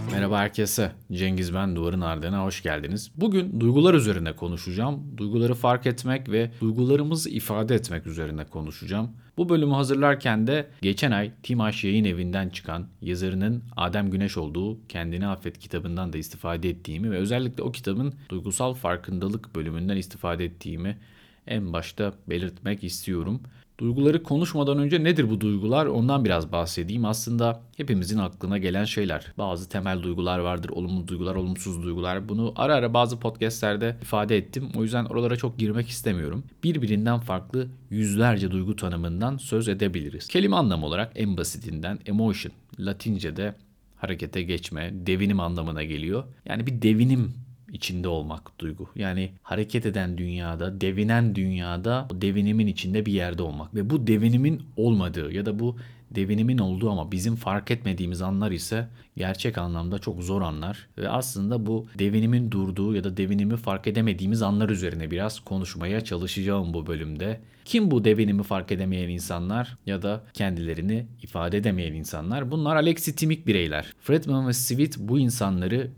Merhaba herkese. Cengiz ben, Duvarın Ardına hoş geldiniz. Bugün duygular üzerine konuşacağım. Duyguları fark etmek ve duygularımızı ifade etmek üzerine konuşacağım. Bu bölümü hazırlarken de geçen ay Timaş Yayın Evi'nden çıkan yazarının Adem Güneş olduğu Kendini Affet kitabından da istifade ettiğimi ve özellikle o kitabın duygusal farkındalık bölümünden istifade ettiğimi en başta belirtmek istiyorum. Duyguları konuşmadan önce nedir bu duygular? Ondan biraz bahsedeyim. Aslında hepimizin aklına gelen şeyler. Bazı temel duygular vardır. Olumlu duygular, olumsuz duygular. Bunu ara ara bazı podcastlerde ifade ettim. O yüzden oralara çok girmek istemiyorum. Birbirinden farklı yüzlerce duygu tanımından söz edebiliriz. Kelime anlamı olarak en basitinden emotion, Latince'de harekete geçme, devinim anlamına geliyor. Yani bir devinim içinde olmak duygu. Yani hareket eden dünyada, devinen dünyada o devinimin içinde bir yerde olmak. Ve bu devinimin olmadığı ya da bu devinimin olduğu ama bizim fark etmediğimiz anlar ise gerçek anlamda çok zor anlar. Ve aslında bu devinimin durduğu ya da devinimi fark edemediğimiz anlar üzerine biraz konuşmaya çalışacağım bu bölümde. Kim bu devinimi fark edemeyen insanlar ya da kendilerini ifade edemeyen insanlar? Bunlar aleksitimik bireyler. Friedman ve Sweet bu insanları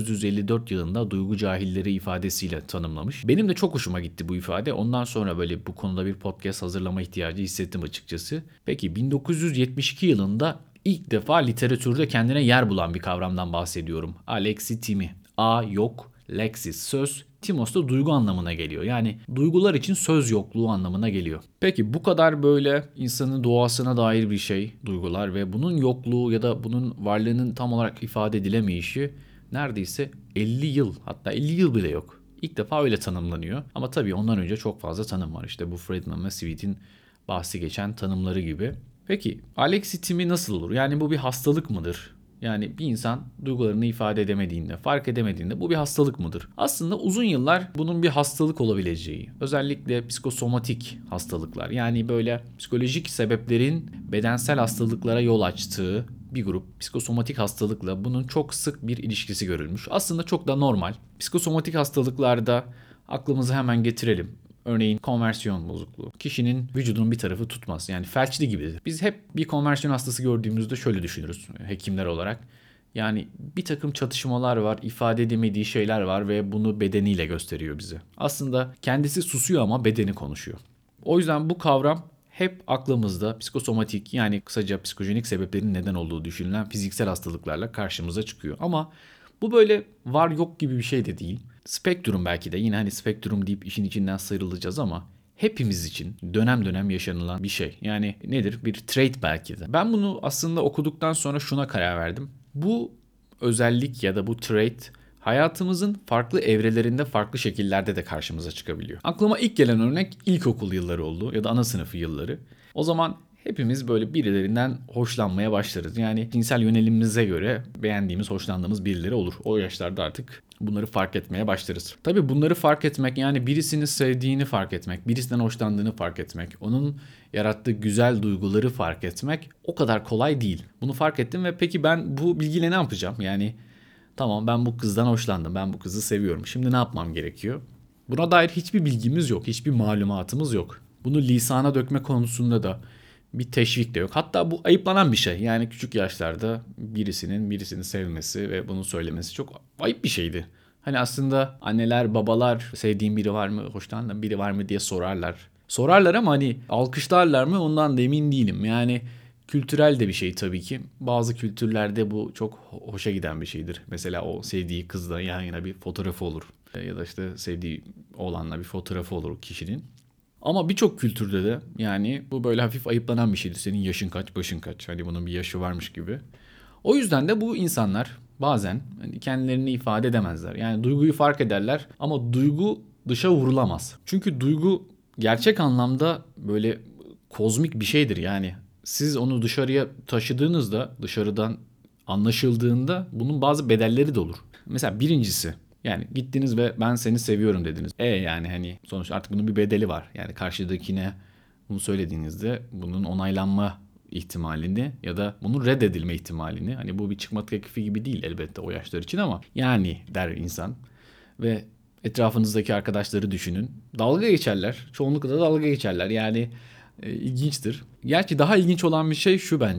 1954 yılında duygu cahilleri ifadesiyle tanımlamış. Benim de çok hoşuma gitti bu ifade. Ondan sonra böyle bu konuda bir podcast hazırlama ihtiyacı hissettim açıkçası. Peki 1972 yılında ilk defa literatürde kendine yer bulan bir kavramdan bahsediyorum. Alexitimi. A yok, lexis söz, timos da duygu anlamına geliyor. Yani duygular için söz yokluğu anlamına geliyor. Peki bu kadar böyle insanın doğasına dair bir şey duygular ve bunun yokluğu ya da bunun varlığının tam olarak ifade edilemeyişi neredeyse 50 yıl, hatta 50 yıl bile yok. İlk defa öyle tanımlanıyor. Ama tabii ondan önce çok fazla tanım var. İşte bu Friedman ve Sweet'in bahsi geçen tanımları gibi. Peki alexitimi nasıl olur? Yani bu bir hastalık mıdır? Yani bir insan duygularını ifade edemediğinde, fark edemediğinde bu bir hastalık mıdır? Aslında uzun yıllar bunun bir hastalık olabileceği, özellikle psikosomatik hastalıklar, yani böyle psikolojik sebeplerin bedensel hastalıklara yol açtığı bir grup psikosomatik hastalıkla bunun çok sık bir ilişkisi görülmüş. Aslında çok da normal. Psikosomatik hastalıklarda aklımıza hemen getirelim. Örneğin konversiyon bozukluğu. Kişinin vücudunun bir tarafı tutmaz. Yani felçli gibidir. Biz hep bir konversiyon hastası gördüğümüzde şöyle düşünürüz hekimler olarak. Yani bir takım çatışmalar var, ifade edemediği şeyler var ve bunu bedeniyle gösteriyor bize. Aslında kendisi susuyor ama bedeni konuşuyor. O yüzden bu kavram hep aklımızda psikosomatik, yani kısaca psikojenik sebeplerin neden olduğu düşünülen fiziksel hastalıklarla karşımıza çıkıyor. Ama bu böyle var yok gibi bir şey de değil. Spektrum belki de, yine hani spektrum deyip işin içinden sıyrılacağız ama hepimiz için dönem dönem yaşanılan bir şey. Yani nedir? Bir trait belki de. Ben bunu aslında okuduktan sonra şuna karar verdim. Bu özellik ya da bu trait hayatımızın farklı evrelerinde farklı şekillerde de karşımıza çıkabiliyor. Aklıma ilk gelen örnek ilkokul yılları oldu ya da ana sınıfı yılları. O zaman hepimiz böyle birilerinden hoşlanmaya başlarız. Yani cinsel yönelimimize göre beğendiğimiz, hoşlandığımız birileri olur. O yaşlarda artık bunları fark etmeye başlarız. Tabii bunları fark etmek, yani birisini sevdiğini fark etmek, birisinden hoşlandığını fark etmek, onun yarattığı güzel duyguları fark etmek o kadar kolay değil. Bunu fark ettim ve peki ben bu bilgiyle ne yapacağım? Yani tamam, ben bu kızdan hoşlandım, ben bu kızı seviyorum. Şimdi ne yapmam gerekiyor? Buna dair hiçbir bilgimiz yok, hiçbir malumatımız yok. Bunu lisana dökme konusunda da bir teşvik de yok. Hatta bu ayıplanan bir şey. Yani küçük yaşlarda birisinin birisini sevmesi ve bunu söylemesi çok ayıp bir şeydi. Hani aslında anneler, babalar sevdiğin biri var mı, hoşlandığın biri var mı diye sorarlar. Sorarlar ama hani alkışlarlar mı ondan da emin değilim. Yani kültürel de bir şey tabii ki. Bazı kültürlerde bu çok hoşa giden bir şeydir. Mesela o sevdiği kızla yan yana bir fotoğrafı olur. Ya da işte sevdiği oğlanla bir fotoğrafı olur o kişinin. Ama birçok kültürde de yani bu böyle hafif ayıplanan bir şeydir. Senin yaşın kaç, başın kaç. Hani bunun bir yaşı varmış gibi. O yüzden de bu insanlar bazen hani kendilerini ifade edemezler. Yani duyguyu fark ederler ama duygu dışa vurulamaz. Çünkü duygu gerçek anlamda böyle kozmik bir şeydir. Yani siz onu dışarıya taşıdığınızda, dışarıdan anlaşıldığında bunun bazı bedelleri de olur. Mesela birincisi, yani gittiniz ve ben seni seviyorum dediniz. Yani hani sonuçta artık bunun bir bedeli var. Yani karşıdakine bunu söylediğinizde bunun onaylanma ihtimalini ya da bunun reddedilme ihtimalini, hani bu bir çıkma teklifi gibi değil elbette o yaşlar için ama yani der insan. Ve etrafınızdaki arkadaşları düşünün. Dalga geçerler. Çoğunlukla da dalga geçerler. Yani ilginçtir. Gerçi daha ilginç olan bir şey şu bence.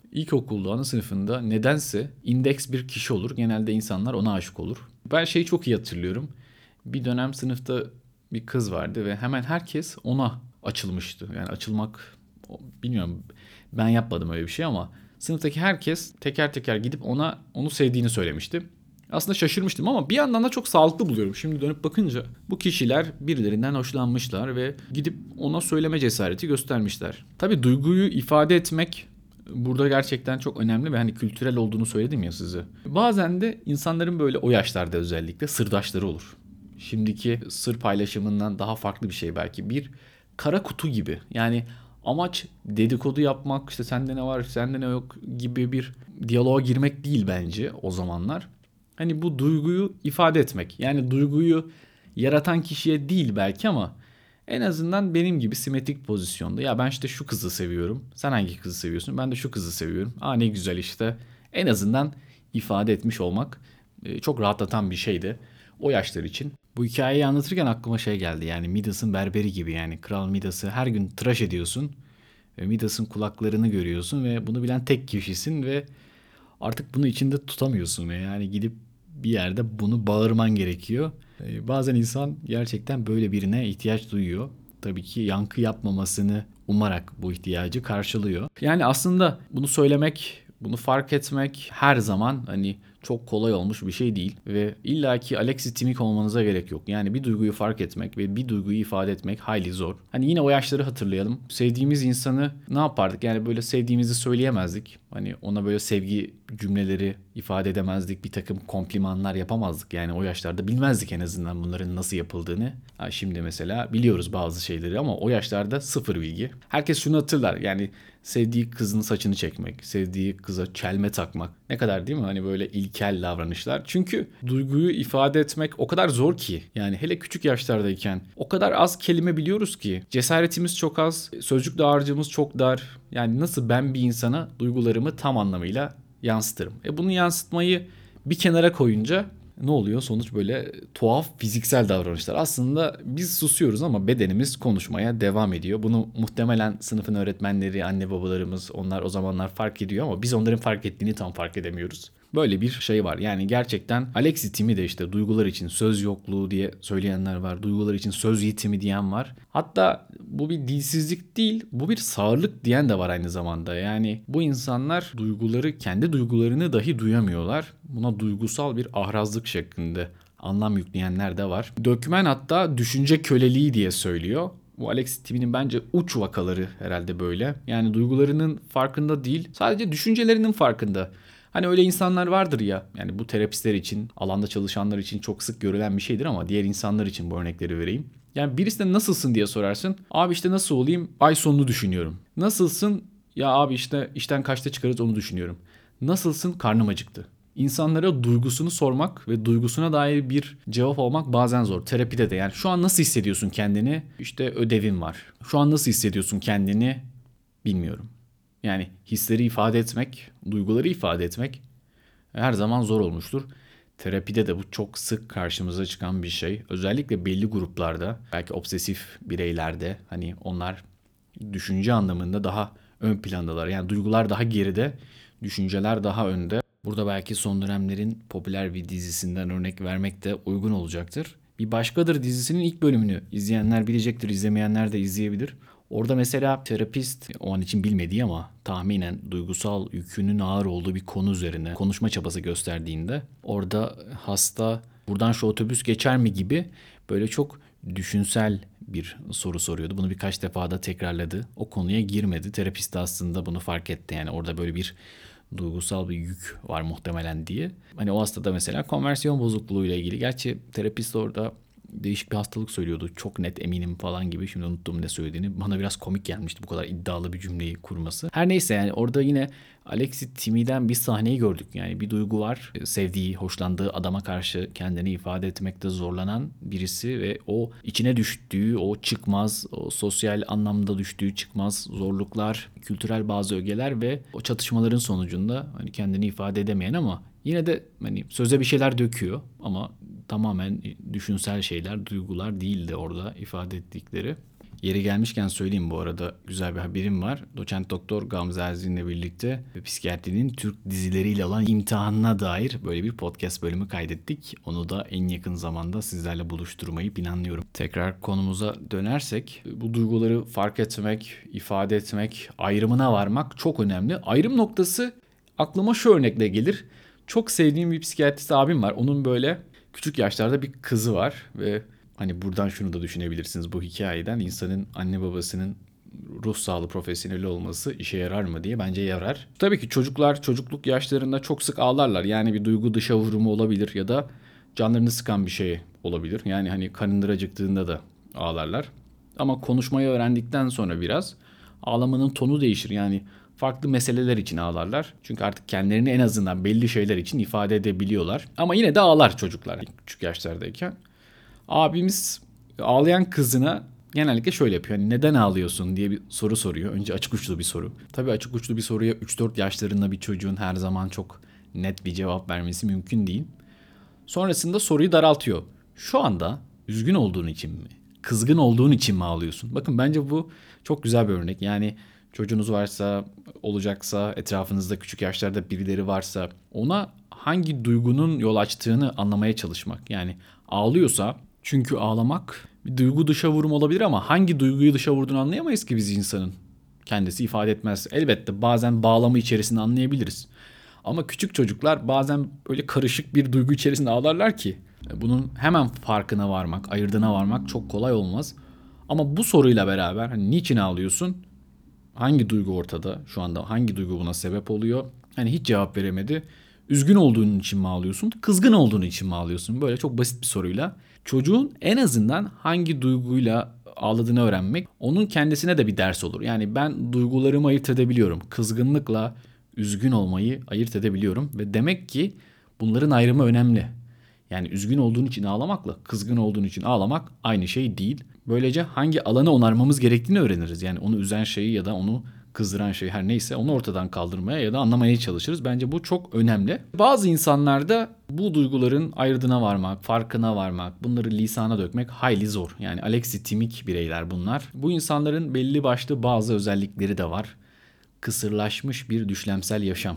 İlkokulda, ana sınıfında nedense indeks bir kişi olur. Genelde insanlar ona aşık olur. Ben şeyi çok iyi hatırlıyorum. Bir dönem sınıfta bir kız vardı ve hemen herkes ona açılmıştı. Yani açılmak, bilmiyorum, ben yapmadım öyle bir şey ama sınıftaki herkes teker teker gidip onu sevdiğini söylemişti. Aslında şaşırmıştım ama bir yandan da çok sağlıklı buluyorum. Şimdi dönüp bakınca bu kişiler birilerinden hoşlanmışlar ve gidip ona söyleme cesareti göstermişler. Tabii duyguyu ifade etmek burada gerçekten çok önemli ve hani kültürel olduğunu söyledim ya size. Bazen de insanların böyle o yaşlarda özellikle sırdaşları olur. Şimdiki sır paylaşımından daha farklı bir şey belki. Bir kara kutu gibi. Yani amaç dedikodu yapmak, işte sende ne var, sende ne yok gibi bir diyaloğa girmek değil bence o zamanlar. Hani bu duyguyu ifade etmek. Yani duyguyu yaratan kişiye değil belki ama en azından benim gibi simetrik pozisyonda. Ya ben işte şu kızı seviyorum. Sen hangi kızı seviyorsun? Ben de şu kızı seviyorum. Aa ne güzel işte. En azından ifade etmiş olmak çok rahatlatan bir şeydi o yaşlar için. Bu hikayeyi anlatırken aklıma şey geldi. Yani Midas'ın berberi gibi, yani Kral Midas'ı her gün tıraş ediyorsun. Midas'ın kulaklarını görüyorsun ve bunu bilen tek kişisin ve artık bunu içinde tutamıyorsun. Yani gidip bir yerde bunu bağırman gerekiyor. Bazen insan gerçekten böyle birine ihtiyaç duyuyor. Tabii ki yankı yapmamasını umarak bu ihtiyacı karşılıyor. Yani aslında bunu söylemek, bunu fark etmek her zaman hani çok kolay olmuş bir şey değil ve illaki Alexis Timik olmanıza gerek yok. Yani bir duyguyu fark etmek ve bir duyguyu ifade etmek hayli zor. Hani yine o yaşları hatırlayalım. Sevdiğimiz insanı ne yapardık? Yani böyle sevdiğimizi söyleyemezdik. Hani ona böyle sevgi cümleleri ifade edemezdik. Bir takım komplimanlar yapamazdık. Yani o yaşlarda bilmezdik en azından bunların nasıl yapıldığını. Ha, şimdi mesela biliyoruz bazı şeyleri ama o yaşlarda sıfır bilgi. Herkes şunu hatırlar. Yani sevdiği kızın saçını çekmek, sevdiği kıza çelme takmak. Ne kadar değil mi? Hani böyle ilkel davranışlar. Çünkü duyguyu ifade etmek o kadar zor ki. Yani hele küçük yaşlardayken o kadar az kelime biliyoruz ki. Cesaretimiz çok az, sözcük dağarcığımız çok dar. Yani nasıl ben bir insana duygularımı tam anlamıyla yansıtırım? Bunu yansıtmayı bir kenara koyunca ne oluyor? Sonuç böyle tuhaf fiziksel davranışlar. Aslında biz susuyoruz ama bedenimiz konuşmaya devam ediyor. Bunu muhtemelen sınıfın öğretmenleri, anne babalarımız, onlar o zamanlar fark ediyor ama biz onların fark ettiğini tam fark edemiyoruz. Böyle bir şey var. Yani gerçekten Alexis Timi de işte duygular için söz yokluğu diye söyleyenler var. Duygular için söz yetimi diyen var. Hatta bu bir dilsizlik değil, bu bir sağırlık diyen de var aynı zamanda. Yani bu insanlar kendi duygularını dahi duyamıyorlar. Buna duygusal bir ahrazlık şeklinde anlam yükleyenler de var. Dökmen hatta düşünce köleliği diye söylüyor. Bu Alexis Timi'nin bence uç vakaları herhalde böyle. Yani duygularının farkında değil, sadece düşüncelerinin farkında. Hani öyle insanlar vardır ya, yani bu terapistler için, alanda çalışanlar için çok sık görülen bir şeydir ama diğer insanlar için bu örnekleri vereyim. Yani birisine nasılsın diye sorarsın. Abi işte nasıl olayım? Ay sonunu düşünüyorum. Nasılsın? Ya abi işte işten kaçta çıkarız onu düşünüyorum. Nasılsın? Karnım acıktı. İnsanlara duygusunu sormak ve duygusuna dair bir cevap almak bazen zor. Terapide de yani şu an nasıl hissediyorsun kendini? İşte ödevim var. Şu an nasıl hissediyorsun kendini? Bilmiyorum. Yani hisleri ifade etmek, duyguları ifade etmek her zaman zor olmuştur. Terapide de bu çok sık karşımıza çıkan bir şey. Özellikle belli gruplarda, belki obsesif bireylerde, hani onlar düşünce anlamında daha ön plandalar. Yani duygular daha geride, düşünceler daha önde. Burada belki son dönemlerin popüler bir dizisinden örnek vermek de uygun olacaktır. Bir Başkadır dizisinin ilk bölümünü izleyenler bilecektir, izlemeyenler de izleyebilir. Orada mesela terapist o an için bilmediği ama tahminen duygusal yükünün ağır olduğu bir konu üzerine konuşma çabası gösterdiğinde orada hasta buradan şu otobüs geçer mi gibi böyle çok düşünsel bir soru soruyordu. Bunu birkaç defa da tekrarladı. O konuya girmedi. Terapist de aslında bunu fark etti. Yani orada böyle bir duygusal bir yük var muhtemelen diye. Hani o hastada mesela konversiyon bozukluğuyla ilgili. Gerçi terapist orada değişik bir hastalık söylüyordu. Çok net eminim falan gibi. Şimdi unuttum ne söylediğini. Bana biraz komik gelmişti bu kadar iddialı bir cümleyi kurması. Her neyse yani orada yine Alexis Timi'den bir sahneyi gördük. Yani bir duygu var. Sevdiği, hoşlandığı adama karşı kendini ifade etmekte zorlanan birisi ve o içine düştüğü, o çıkmaz, o sosyal anlamda düştüğü çıkmaz zorluklar, kültürel bazı ögeler ve o çatışmaların sonucunda hani kendini ifade edemeyen ama yine de hani söze bir şeyler döküyor ama tamamen düşünsel şeyler, duygular değildi orada ifade ettikleri. Yeri gelmişken söyleyeyim, bu arada güzel bir haberim var. Doçent Doktor Gamze Erzin'le birlikte psikiyatrinin Türk dizileriyle olan imtihanına dair böyle bir podcast bölümü kaydettik. Onu da en yakın zamanda sizlerle buluşturmayı planlıyorum. Tekrar konumuza dönersek, bu duyguları fark etmek, ifade etmek, ayrımına varmak çok önemli. Ayrım noktası aklıma şu örnekle gelir. Çok sevdiğim bir psikiyatrist abim var. Onun böyle küçük yaşlarda bir kızı var ve hani buradan şunu da düşünebilirsiniz bu hikayeden: insanın anne babasının ruh sağlığı profesyoneli olması işe yarar mı diye. Bence yarar. Tabii ki çocuklar çocukluk yaşlarında çok sık ağlarlar. Yani bir duygu dışa vurumu olabilir ya da canlarını sıkan bir şey olabilir. Yani hani karınları acıktığında da ağlarlar. Ama konuşmayı öğrendikten sonra biraz ağlamanın tonu değişir. Yani farklı meseleler için ağlarlar. Çünkü artık kendilerini en azından belli şeyler için ifade edebiliyorlar. Ama yine de ağlar çocuklar küçük yaşlardayken. Abimiz ağlayan kızına genellikle şöyle yapıyor: hani neden ağlıyorsun diye bir soru soruyor. Önce açık uçlu bir soru. Tabii açık uçlu bir soruya 3-4 yaşlarında bir çocuğun her zaman çok net bir cevap vermesi mümkün değil. Sonrasında soruyu daraltıyor. Şu anda üzgün olduğun için mi, kızgın olduğun için mi ağlıyorsun? Bakın, bence bu çok güzel bir örnek. Yani çocuğunuz varsa, olacaksa, etrafınızda küçük yaşlarda birileri varsa, ona hangi duygunun yol açtığını anlamaya çalışmak. Yani ağlıyorsa, çünkü ağlamak bir duygu dışa vurum olabilir ama hangi duyguyu dışa vurduğunu anlayamayız ki biz insanın. Kendisi ifade etmez. Elbette bazen bağlamı içerisinde anlayabiliriz. Ama küçük çocuklar bazen öyle karışık bir duygu içerisinde ağlarlar ki bunun hemen farkına varmak, ayırdına varmak çok kolay olmaz. Ama bu soruyla beraber hani niçin ağlıyorsun? Hangi duygu ortada? Şu anda hangi duygu buna sebep oluyor? Hani hiç cevap veremedi. Üzgün olduğun için mi ağlıyorsun? Kızgın olduğun için mi ağlıyorsun? Böyle çok basit bir soruyla çocuğun en azından hangi duyguyla ağladığını öğrenmek onun kendisine de bir ders olur. Yani ben duygularımı ayırt edebiliyorum. Kızgınlıkla üzgün olmayı ayırt edebiliyorum ve demek ki bunların ayrımı önemli. Yani üzgün olduğun için ağlamakla kızgın olduğun için ağlamak aynı şey değil. Böylece hangi alanı onarmamız gerektiğini öğreniriz. Yani onu üzen şeyi ya da onu kızdıran şey her neyse onu ortadan kaldırmaya ya da anlamaya çalışırız. Bence bu çok önemli. Bazı insanlarda bu duyguların ayırdına varmak, farkına varmak, bunları lisana dökmek hayli zor. Yani alexitimik bireyler bunlar. Bu insanların belli başlı bazı özellikleri de var. Kısırlaşmış bir düşlemsel yaşam,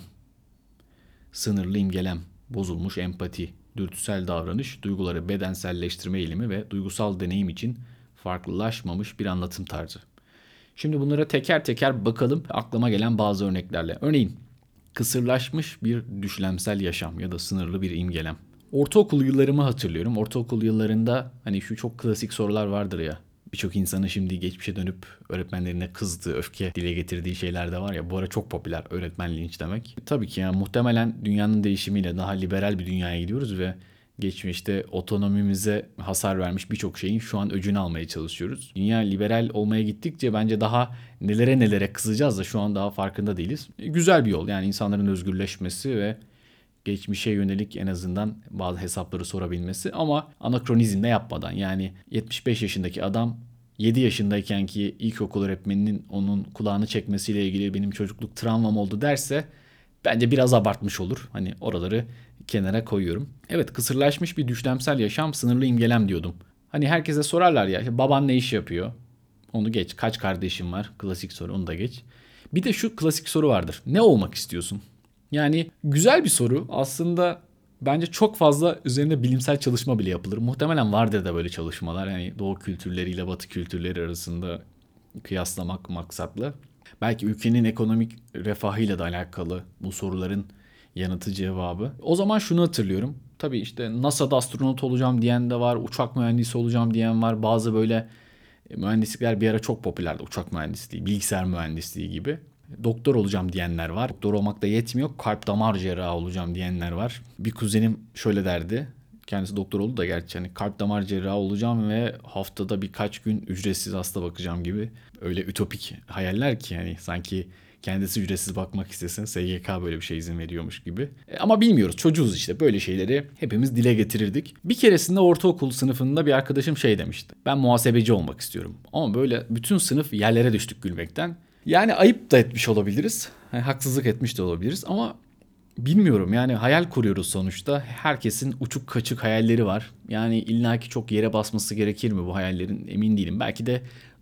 sınırlı imgelem, bozulmuş empati, dürtüsel davranış, duyguları bedenselleştirme eğilimi ve duygusal deneyim için farklılaşmamış bir anlatım tarzı. Şimdi bunlara teker teker bakalım aklıma gelen bazı örneklerle. Örneğin kısırlaşmış bir düşlemsel yaşam ya da sınırlı bir imgelem. Ortaokul yıllarımı hatırlıyorum. Ortaokul yıllarında hani şu çok klasik sorular vardır ya. Birçok insanın şimdi geçmişe dönüp öğretmenlerine kızdığı, öfke dile getirdiği şeyler de var ya. Bu ara çok popüler öğretmen linç demek. Tabii ki yani muhtemelen dünyanın değişimiyle daha liberal bir dünyaya gidiyoruz ve geçmişte otonomimize hasar vermiş birçok şeyin şu an öcünü almaya çalışıyoruz. Dünya liberal olmaya gittikçe bence daha nelere kızacağız da şu an daha farkında değiliz. Güzel bir yol yani, insanların özgürleşmesi ve geçmişe yönelik en azından bazı hesapları sorabilmesi ama anakronizmle yapmadan. Yani 75 yaşındaki adam 7 yaşındayken ki ilkokul öğretmeninin onun kulağını çekmesiyle ilgili benim çocukluk travmam oldu derse bence biraz abartmış olur. Hani oraları kenara koyuyorum. Evet, kısırlaşmış bir düşlemsel yaşam, sınırlı imgelem diyordum. Hani herkese sorarlar ya, işte baban ne iş yapıyor? Onu geç. Kaç kardeşin var? Klasik soru, onu da geç. Bir de şu klasik soru vardır: ne olmak istiyorsun? Yani güzel bir soru. Aslında bence çok fazla üzerine bilimsel çalışma bile yapılır. Muhtemelen vardır da böyle çalışmalar. Yani Doğu kültürleriyle Batı kültürleri arasında kıyaslamak maksatlı. Belki ülkenin ekonomik refahıyla da alakalı bu soruların yanıtı, cevabı. O zaman şunu hatırlıyorum. Tabii işte NASA'da astronot olacağım diyen de var. Uçak mühendisi olacağım diyen var. Bazı böyle mühendislikler bir ara çok popülerdi. Uçak mühendisliği, bilgisayar mühendisliği gibi. Doktor olacağım diyenler var. Doktor olmak da yetmiyor. Kalp damar cerrahı olacağım diyenler var. Bir kuzenim şöyle derdi. Kendisi doktor oldu da gerçi, hani kalp damar cerrahı olacağım ve haftada birkaç gün ücretsiz hasta bakacağım gibi öyle ütopik hayaller ki yani sanki kendisi ücretsiz bakmak istesin SGK böyle bir şey izin veriyormuş gibi. Ama bilmiyoruz, çocuğuz işte, böyle şeyleri hepimiz dile getirirdik. Bir keresinde ortaokul sınıfında bir arkadaşım şey demişti: ben muhasebeci olmak istiyorum. Ama böyle bütün sınıf yerlere düştük gülmekten. Yani ayıp da etmiş olabiliriz. Yani haksızlık etmiş de olabiliriz ama bilmiyorum, yani hayal kuruyoruz sonuçta. Herkesin uçuk kaçık hayalleri var. Yani illaki çok yere basması gerekir mi bu hayallerin, emin değilim. Belki de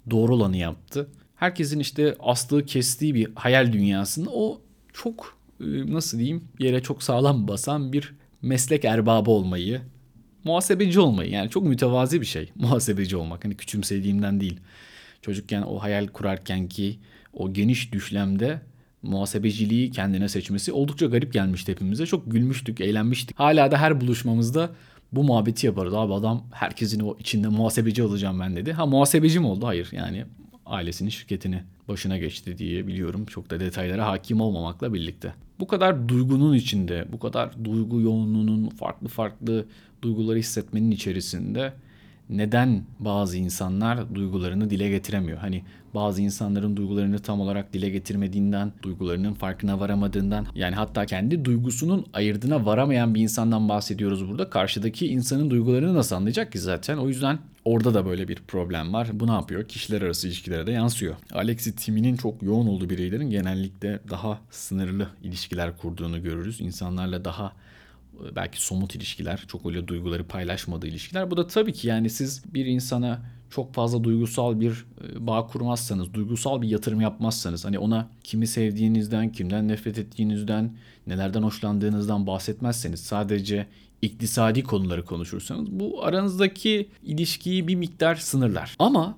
doğru olanı yaptı. Herkesin işte astığı kestiği bir hayal dünyasında o çok nasıl diyeyim yere çok sağlam basan bir meslek erbabı olmayı, muhasebeci olmayı, yani çok mütevazi bir şey muhasebeci olmak. Hani küçümsediğimden değil. Çocukken o hayal kurarken ki o geniş düşlemde muhasebeciliği kendine seçmesi oldukça garip gelmişti hepimize. Çok gülmüştük, eğlenmiştik. Hala da her buluşmamızda bu muhabbeti yaparız. Abi adam herkesin o içinde muhasebeci olacağım ben dedi. Ha, muhasebeci mi oldu? Hayır, yani ailesinin şirketini başına geçti diye biliyorum. Çok da detaylara hakim olmamakla birlikte. Bu kadar duygunun içinde, bu kadar duygu yoğunluğunun, farklı farklı duyguları hissetmenin içerisinde neden bazı insanlar duygularını dile getiremiyor? Hani bazı insanların duygularını tam olarak dile getirmediğinden, duygularının farkına varamadığından, yani hatta kendi duygusunun ayırdına varamayan bir insandan bahsediyoruz burada. Karşıdaki insanın duygularını nasıl anlayacak ki zaten? O yüzden orada da böyle bir problem var. Bu ne yapıyor? Kişiler arası ilişkilere de yansıyor. Alexi timinin çok yoğun olduğu bireylerin genellikle daha sınırlı ilişkiler kurduğunu görürüz. İnsanlarla daha belki somut ilişkiler, çok öyle duyguları paylaşmadığı ilişkiler. Bu da tabii ki, yani siz bir insana çok fazla duygusal bir bağ kurmazsanız, duygusal bir yatırım yapmazsanız, hani ona kimi sevdiğinizden, kimden nefret ettiğinizden, nelerden hoşlandığınızdan bahsetmezseniz, sadece iktisadi konuları konuşursanız bu aranızdaki ilişkiyi bir miktar sınırlar.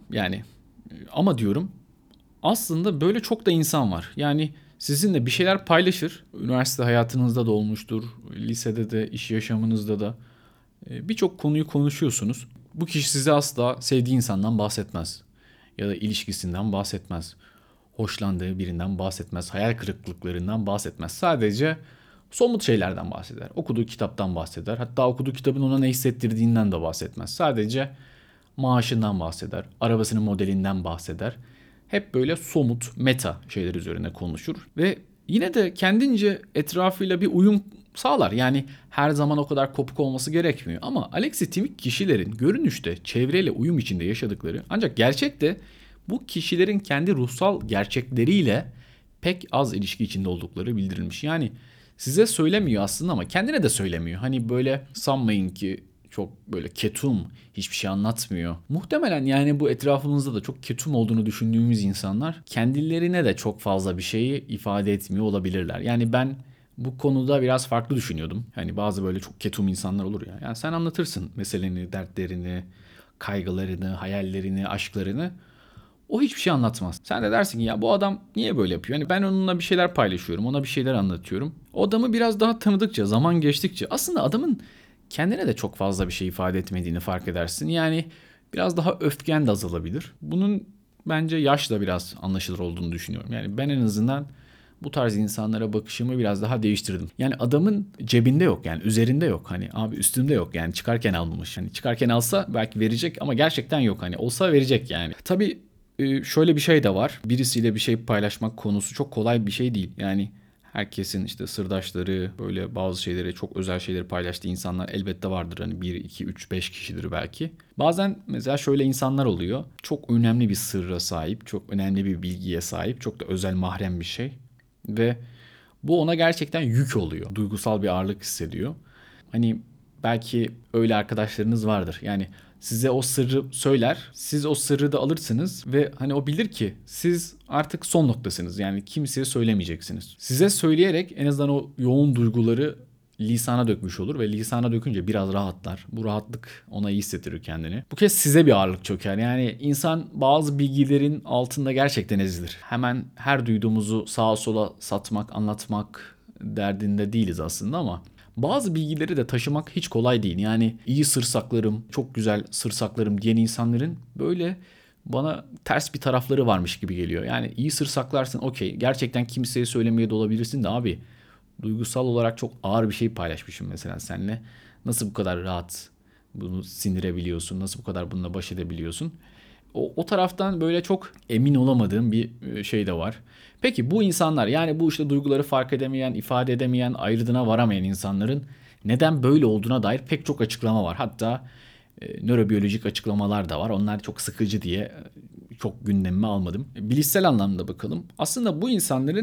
Ama diyorum, aslında böyle çok da insan var. Yani sizinle bir şeyler paylaşır. Üniversite hayatınızda da olmuştur. Lisede de, iş yaşamınızda da birçok konuyu konuşuyorsunuz. Bu kişi size asla sevdiği insandan bahsetmez. Ya da ilişkisinden bahsetmez. Hoşlandığı birinden bahsetmez. Hayal kırıklıklarından bahsetmez. Sadece somut şeylerden bahseder. Okuduğu kitaptan bahseder. Hatta okuduğu kitabın ona ne hissettirdiğinden de bahsetmez. Sadece maaşından bahseder. Arabasının modelinden bahseder. Hep böyle somut, meta şeyler üzerine konuşur ve yine de kendince etrafıyla bir uyum sağlar. Yani her zaman o kadar kopuk olması gerekmiyor. Ama alexitimik kişilerin görünüşte çevreyle uyum içinde yaşadıkları, ancak gerçekte bu kişilerin kendi ruhsal gerçekleriyle pek az ilişki içinde oldukları bildirilmiş. Yani size söylemiyor aslında ama kendine de söylemiyor. Hani böyle sanmayın ki çok böyle ketum, hiçbir şey anlatmıyor. Muhtemelen yani bu etrafımızda da çok ketum olduğunu düşündüğümüz insanlar kendilerine de çok fazla bir şeyi ifade etmiyor olabilirler. Yani ben bu konuda biraz farklı düşünüyordum. Hani bazı böyle çok ketum insanlar olur ya. Yani sen anlatırsın meseleni, dertlerini, kaygılarını, hayallerini, aşklarını. O hiçbir şey anlatmaz. Sen de dersin ki ya bu adam niye böyle yapıyor? Hani ben onunla bir şeyler paylaşıyorum, ona bir şeyler anlatıyorum. O adamı biraz daha tanıdıkça, zaman geçtikçe aslında adamın kendine de çok fazla bir şey ifade etmediğini fark edersin. Yani biraz daha öfken de azalabilir. Bunun bence yaşla biraz anlaşılır olduğunu düşünüyorum. Yani ben en azından bu tarz insanlara bakışımı biraz daha değiştirdim. Yani adamın cebinde yok, yani üzerinde yok. Hani abi üstünde yok, yani çıkarken almamış. Hani çıkarken alsa belki verecek ama gerçekten yok. Hani olsa verecek yani. Tabii şöyle bir şey de var. Birisiyle bir şey paylaşmak konusu çok kolay bir şey değil. Yani herkesin işte sırdaşları, böyle bazı şeyleri, çok özel şeyleri paylaştığı insanlar elbette vardır. Hani 1, 2, 3, 5 kişidir belki. Bazen mesela şöyle insanlar oluyor. Çok önemli bir sırra sahip, çok önemli bir bilgiye sahip, çok da özel, mahrem bir şey. Ve bu ona gerçekten yük oluyor. Duygusal bir ağırlık hissediyor. Hani belki öyle arkadaşlarınız vardır. Yani size o sırrı söyler, siz o sırrı da alırsınız ve hani o bilir ki siz artık son noktasınız. Yani kimseye söylemeyeceksiniz. Size söyleyerek en azından o yoğun duyguları lisana dökmüş olur ve lisana dökünce biraz rahatlar. Bu rahatlık ona iyi hissettirir kendini. Bu kez size bir ağırlık çöker. Yani insan bazı bilgilerin altında gerçekten ezilir. Hemen her duyduğumuzu sağa sola satmak, anlatmak derdinde değiliz aslında ama bazı bilgileri de taşımak hiç kolay değil. Yani iyi sır saklarım, çok güzel sır saklarım diyen insanların böyle bana ters bir tarafları varmış gibi geliyor. Yani iyi sır saklarsın, okey. Gerçekten kimseye söylemeye de olabilirsin de abi. Duygusal olarak çok ağır bir şey paylaşmışım mesela seninle. Nasıl bu kadar rahat bunu sindirebiliyorsun? Nasıl bu kadar bununla baş edebiliyorsun? O taraftan böyle çok emin olamadığım bir şey de var. Peki bu insanlar, yani bu işte duyguları fark edemeyen, ifade edemeyen, ayrıdına varamayan insanların neden böyle olduğuna dair pek çok açıklama var. Hatta nörobiyolojik açıklamalar da var. Onlar çok sıkıcı diye çok gündemime almadım. Bilişsel anlamda bakalım. Aslında bu insanların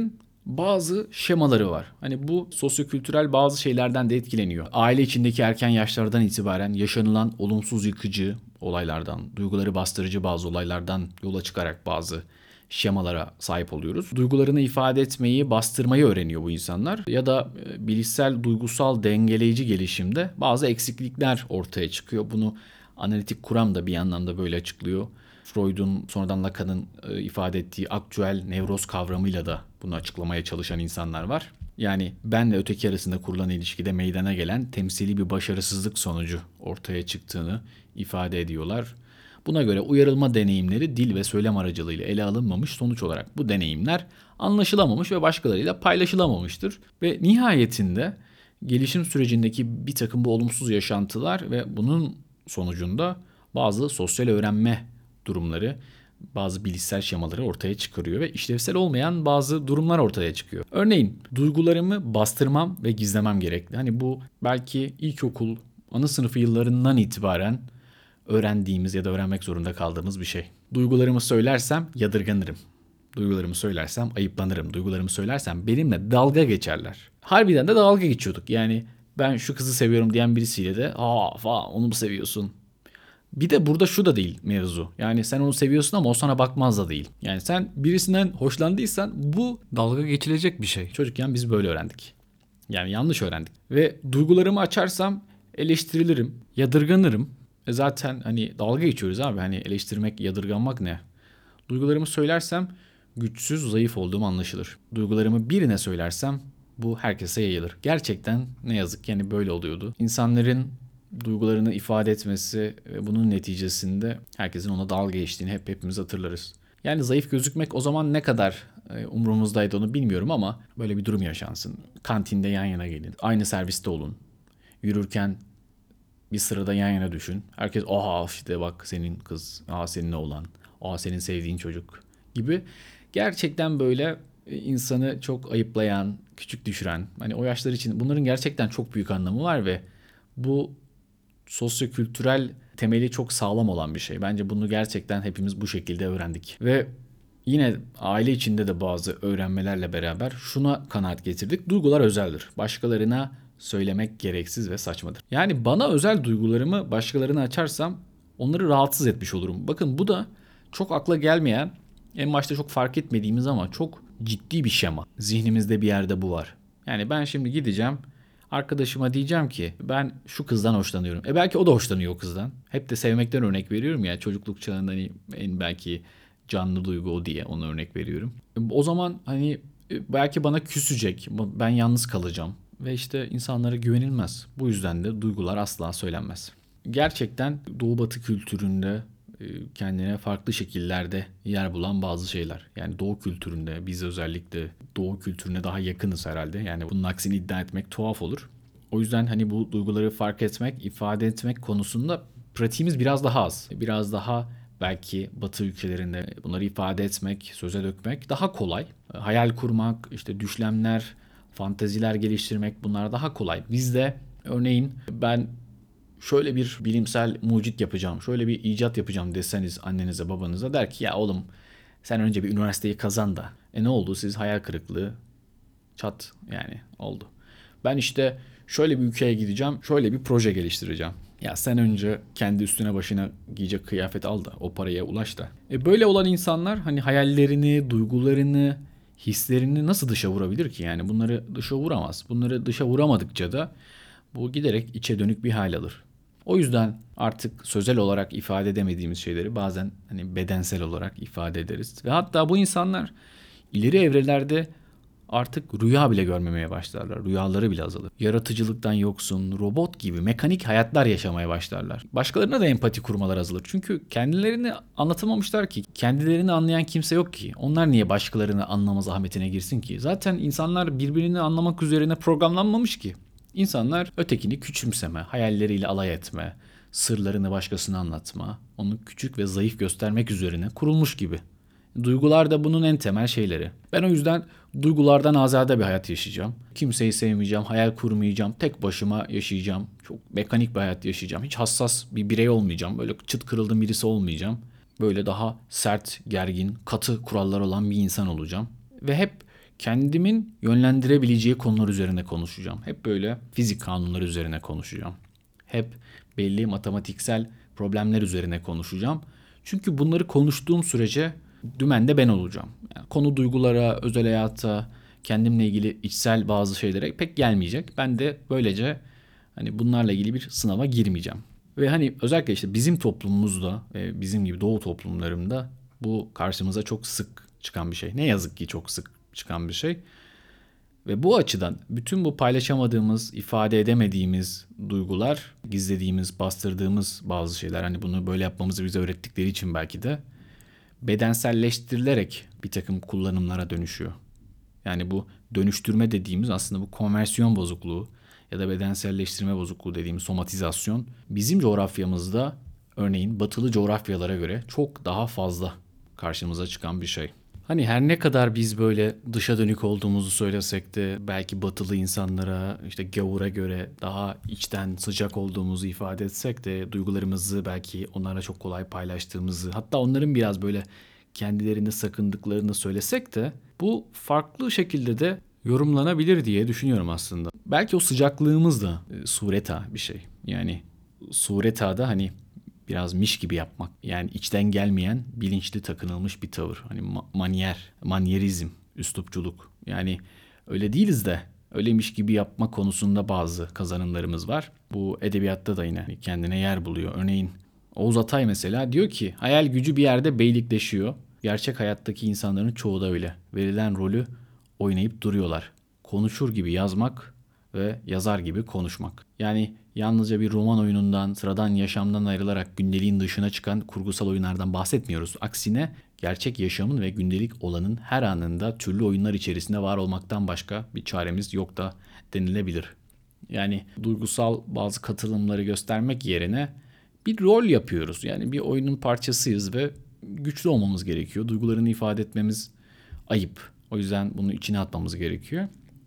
bazı şemaları var. Hani bu sosyokültürel bazı şeylerden de etkileniyor. Aile içindeki erken yaşlardan itibaren yaşanılan olumsuz yıkıcı olaylardan, duyguları bastırıcı bazı olaylardan yola çıkarak bazı şemalara sahip oluyoruz. Duygularını ifade etmeyi, bastırmayı öğreniyor bu insanlar. Ya da bilişsel, duygusal dengeleyici gelişimde bazı eksiklikler ortaya çıkıyor. Bunu analitik kuram da bir anlamda böyle açıklıyor. Freud'un sonradan Lacan'ın ifade ettiği aktüel nevroz kavramıyla da bunu açıklamaya çalışan insanlar var. Yani benle öteki arasında kurulan ilişkide meydana gelen temsili bir başarısızlık sonucu ortaya çıktığını ifade ediyorlar. Buna göre uyarılma deneyimleri dil ve söylem aracılığıyla ele alınmamış, sonuç olarak bu deneyimler anlaşılamamış ve başkalarıyla paylaşılamamıştır. Ve nihayetinde gelişim sürecindeki bir takım bu olumsuz yaşantılar ve bunun sonucunda bazı sosyal öğrenme durumları, bazı bilişsel şemaları ortaya çıkarıyor ve işlevsel olmayan bazı durumlar ortaya çıkıyor. Örneğin duygularımı bastırmam ve gizlemem gerekli. Hani bu belki ilkokul, ana sınıfı yıllarından itibaren öğrendiğimiz ya da öğrenmek zorunda kaldığımız bir şey. Duygularımı söylersem yadırganırım. Duygularımı söylersem ayıplanırım. Duygularımı söylersem benimle dalga geçerler. Harbiden de dalga geçiyorduk. Yani ben şu kızı seviyorum diyen birisiyle de onu mu seviyorsun? Bir de burada şu da değil mevzu. Yani sen onu seviyorsun ama o sana bakmaz da değil. Yani sen birisinden hoşlandıysan bu dalga geçilecek bir şey. Çocukken biz böyle öğrendik. Yani yanlış öğrendik. Ve duygularımı açarsam eleştirilirim, yadırganırım. Zaten hani dalga geçiyoruz abi. Hani eleştirmek, yadırganmak ne? Duygularımı söylersem güçsüz, zayıf olduğum anlaşılır. Duygularımı birine söylersem bu herkese yayılır. Gerçekten ne yazık ki yani böyle oluyordu. İnsanların duygularını ifade etmesi ve bunun neticesinde herkesin ona dalga geçtiğini hepimiz hatırlarız. Yani zayıf gözükmek o zaman ne kadar umurumuzdaydı onu bilmiyorum ama böyle bir durum yaşansın. Kantinde yan yana gelin. Aynı serviste olun. Yürürken bir sırada yan yana düşün. Herkes işte bak senin kız, senin oğlan, senin sevdiğin çocuk gibi. Gerçekten böyle insanı çok ayıplayan, küçük düşüren. Hani o yaşlar için bunların gerçekten çok büyük anlamı var ve bu sosyokültürel temeli çok sağlam olan bir şey. Bence bunu gerçekten hepimiz bu şekilde öğrendik. Ve yine aile içinde de bazı öğrenmelerle beraber şuna kanaat getirdik. Duygular özeldir. Başkalarına söylemek gereksiz ve saçmadır. Yani bana özel duygularımı başkalarına açarsam onları rahatsız etmiş olurum. Bakın bu da çok akla gelmeyen, en başta çok fark etmediğimiz ama çok ciddi bir şema. Zihnimizde bir yerde bu var. Yani ben şimdi gideceğim arkadaşıma diyeceğim ki ben şu kızdan hoşlanıyorum. Belki o da hoşlanıyor o kızdan. Hep de sevmekten örnek veriyorum ya. Çocukluk çağında hani en belki canlı duygu o diye ona örnek veriyorum. O zaman hani belki bana küsecek. Ben yalnız kalacağım. Ve işte insanlara güvenilmez. Bu yüzden de duygular asla söylenmez. Gerçekten Doğu Batı kültüründe kendine farklı şekillerde yer bulan bazı şeyler. Yani Doğu kültüründe biz özellikle Doğu kültürüne daha yakınız herhalde. Yani bunun aksini iddia etmek tuhaf olur. O yüzden hani bu duyguları fark etmek, ifade etmek konusunda pratiğimiz biraz daha az. Biraz daha belki Batı ülkelerinde bunları ifade etmek, söze dökmek daha kolay. Hayal kurmak, işte düşlemler, fanteziler geliştirmek bunlar daha kolay. Bizde örneğin ben şöyle bir bilimsel mucit yapacağım, şöyle bir icat yapacağım deseniz annenize babanıza der ki ya oğlum sen önce bir üniversiteyi kazan da. Ne oldu siz hayal kırıklığı çat yani oldu. Ben işte şöyle bir ülkeye gideceğim, şöyle bir proje geliştireceğim. Ya sen önce kendi üstüne başına giyecek kıyafet al da o paraya ulaş da. Böyle olan insanlar hani hayallerini, duygularını, hislerini nasıl dışa vurabilir ki? Yani bunları dışa vuramaz. Bunları dışa vuramadıkça da bu giderek içe dönük bir hal alır. O yüzden artık sözel olarak ifade edemediğimiz şeyleri bazen hani bedensel olarak ifade ederiz. Ve hatta bu insanlar ileri evrelerde artık rüya bile görmemeye başlarlar. Rüyaları bile azalır. Yaratıcılıktan yoksun, robot gibi mekanik hayatlar yaşamaya başlarlar. Başkalarına da empati kurmalar azalır. Çünkü kendilerini anlatamamışlar ki. Kendilerini anlayan kimse yok ki. Onlar niye başkalarını anlama zahmetine girsin ki? Zaten insanlar birbirini anlamak üzerine programlanmamış ki. İnsanlar ötekini küçümseme, hayalleriyle alay etme, sırlarını başkasına anlatma, onu küçük ve zayıf göstermek üzerine kurulmuş gibi. Duygular da bunun en temel şeyleri. Ben o yüzden duygulardan azade bir hayat yaşayacağım. Kimseyi sevmeyeceğim, hayal kurmayacağım, tek başıma yaşayacağım. Çok mekanik bir hayat yaşayacağım. Hiç hassas bir birey olmayacağım. Böyle çıt kırıldığım birisi olmayacağım. Böyle daha sert, gergin, katı kurallar olan bir insan olacağım. Ve hep kendimin yönlendirebileceği konular üzerine konuşacağım. Hep böyle fizik kanunları üzerine konuşacağım. Hep belli matematiksel problemler üzerine konuşacağım. Çünkü bunları konuştuğum sürece dümende ben olacağım. Yani konu duygulara, özel hayata, kendimle ilgili içsel bazı şeylere pek gelmeyecek. Ben de böylece hani bunlarla ilgili bir sınava girmeyeceğim. Ve hani özellikle işte bizim toplumumuzda ve bizim gibi doğu toplumlarında bu karşımıza çok sık çıkan bir şey. Ne yazık ki çok sık çıkan bir şey. Ve bu açıdan bütün bu paylaşamadığımız, ifade edemediğimiz duygular, gizlediğimiz, bastırdığımız bazı şeyler, hani bunu böyle yapmamızı bize öğrettikleri için belki de bedenselleştirilerek bir takım kullanımlara dönüşüyor. Yani bu dönüştürme dediğimiz aslında bu konversiyon bozukluğu ya da bedenselleştirme bozukluğu dediğimiz somatizasyon bizim coğrafyamızda örneğin batılı coğrafyalara göre çok daha fazla karşımıza çıkan bir şey. Hani her ne kadar biz böyle dışa dönük olduğumuzu söylesek de belki batılı insanlara işte gavura göre daha içten sıcak olduğumuzu ifade etsek de duygularımızı belki onlarla çok kolay paylaştığımızı hatta onların biraz böyle kendilerini sakındıklarını söylesek de bu farklı şekilde de yorumlanabilir diye düşünüyorum aslında. Belki o sıcaklığımız da sureta bir şey. Yani sureta da hani biraz miş gibi yapmak. Yani içten gelmeyen, bilinçli takınılmış bir tavır. Hani manyerizm, üslupçuluk. Yani öyle değiliz de öyleymiş gibi yapma konusunda bazı kazanımlarımız var. Bu edebiyatta da yine kendine yer buluyor. Örneğin Oğuz Atay mesela diyor ki hayal gücü bir yerde beylikleşiyor. Gerçek hayattaki insanların çoğu da öyle. Verilen rolü oynayıp duruyorlar. Konuşur gibi yazmak ve yazar gibi konuşmak. Yani yalnızca bir roman oyunundan, sıradan yaşamdan ayrılarak gündeliğin dışına çıkan kurgusal oyunlardan bahsetmiyoruz. Aksine gerçek yaşamın ve gündelik olanın her anında türlü oyunlar içerisinde var olmaktan başka bir çaremiz yok da denilebilir. Yani duygusal bazı katılımları göstermek yerine bir rol yapıyoruz. Yani bir oyunun parçasıyız ve güçlü olmamız gerekiyor. Duygularını ifade etmemiz ayıp. O yüzden bunu içine atmamız gerekiyor.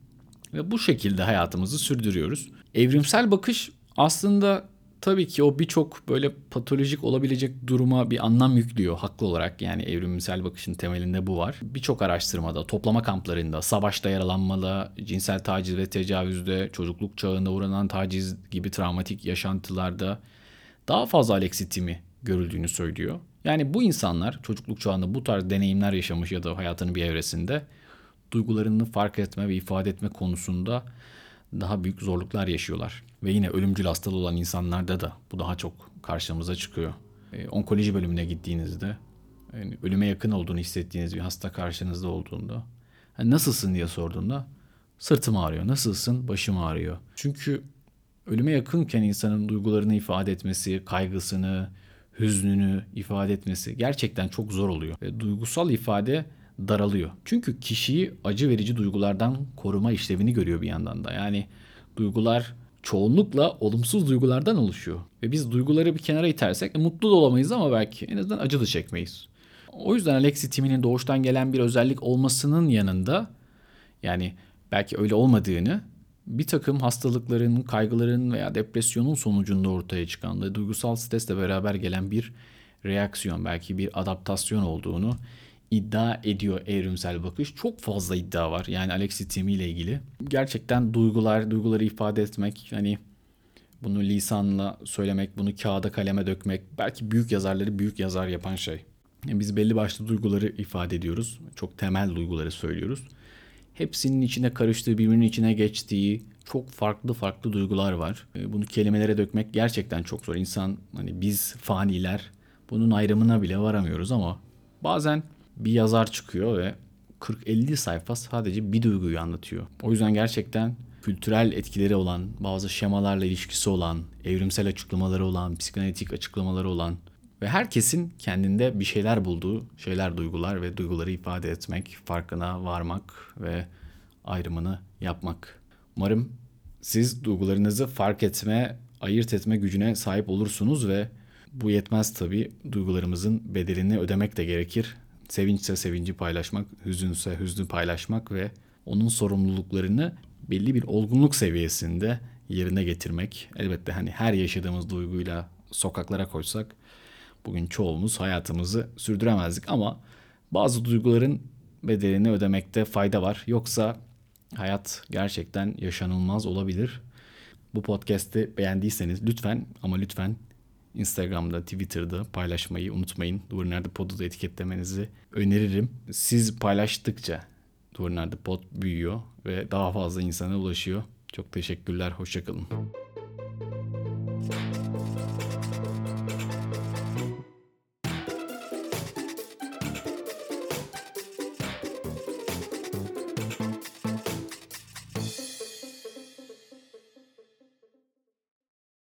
Ve bu şekilde hayatımızı sürdürüyoruz. Evrimsel bakış aslında tabii ki o birçok böyle patolojik olabilecek duruma bir anlam yüklüyor haklı olarak. Yani evrimsel bakışın temelinde bu var. Birçok araştırmada, toplama kamplarında, savaşta yaralanmada, cinsel taciz ve tecavüzde, çocukluk çağında uğranan taciz gibi travmatik yaşantılarda daha fazla aleksitimi görüldüğünü söylüyor. Yani bu insanlar çocukluk çağında bu tarz deneyimler yaşamış ya da hayatının bir evresinde duygularını fark etme ve ifade etme konusunda daha büyük zorluklar yaşıyorlar. Ve yine ölümcül hastalığı olan insanlarda da bu daha çok karşımıza çıkıyor. Onkoloji bölümüne gittiğinizde yani ölüme yakın olduğunu hissettiğiniz bir hasta karşınızda olduğunda hani nasılsın diye sorduğunda sırtım ağrıyor, nasılsın başım ağrıyor. Çünkü ölüme yakınken insanın duygularını ifade etmesi, kaygısını, hüznünü ifade etmesi gerçekten çok zor oluyor. Ve duygusal ifade daralıyor. Çünkü kişiyi acı verici duygulardan koruma işlevini görüyor bir yandan da. Yani duygular çoğunlukla olumsuz duygulardan oluşuyor. Ve biz duyguları bir kenara itersek mutlu da olamayız ama belki en azından acı da çekmeyiz. O yüzden alexitiminin doğuştan gelen bir özellik olmasının yanında yani belki öyle olmadığını bir takım hastalıkların, kaygıların veya depresyonun sonucunda ortaya çıkan ve duygusal stresle beraber gelen bir reaksiyon, belki bir adaptasyon olduğunu iddia ediyor evrimsel bakış. Çok fazla iddia var yani aleksitimi ile ilgili. Gerçekten duyguları ifade etmek, hani bunu lisanla söylemek, bunu kağıda kaleme dökmek belki büyük yazarları büyük yazar yapan şey. Yani biz belli başlı duyguları ifade ediyoruz. Çok temel duyguları söylüyoruz. Hepsinin içine karıştığı, birbirinin içine geçtiği çok farklı farklı duygular var. Bunu kelimelere dökmek gerçekten çok zor. İnsan hani biz faniler bunun ayrımına bile varamıyoruz ama bazen bir yazar çıkıyor ve 40-50 sayfa sadece bir duyguyu anlatıyor. O yüzden gerçekten kültürel etkileri olan, bazı şemalarla ilişkisi olan, evrimsel açıklamaları olan, psikanalitik açıklamaları olan ve herkesin kendinde bir şeyler bulduğu şeyler, duygular ve duyguları ifade etmek, farkına varmak ve ayrımını yapmak. Umarım siz duygularınızı fark etme, ayırt etme gücüne sahip olursunuz ve bu yetmez tabii. Duygularımızın bedelini ödemek de gerekir. Sevinçse sevinci paylaşmak, hüzünse hüznü paylaşmak ve onun sorumluluklarını belli bir olgunluk seviyesinde yerine getirmek. Elbette hani her yaşadığımız duyguyla sokaklara koysak bugün çoğumuz hayatımızı sürdüremezdik ama bazı duyguların bedelini ödemekte fayda var. Yoksa hayat gerçekten yaşanılmaz olabilir. Bu podcast'i beğendiyseniz lütfen ama lütfen Instagram'da, Twitter'da paylaşmayı unutmayın. Duvarın Nerede Pod'u da etiketlemenizi öneririm. Siz paylaştıkça Duvarın Nerede Pod büyüyor ve daha fazla insana ulaşıyor. Çok teşekkürler, hoşça kalın.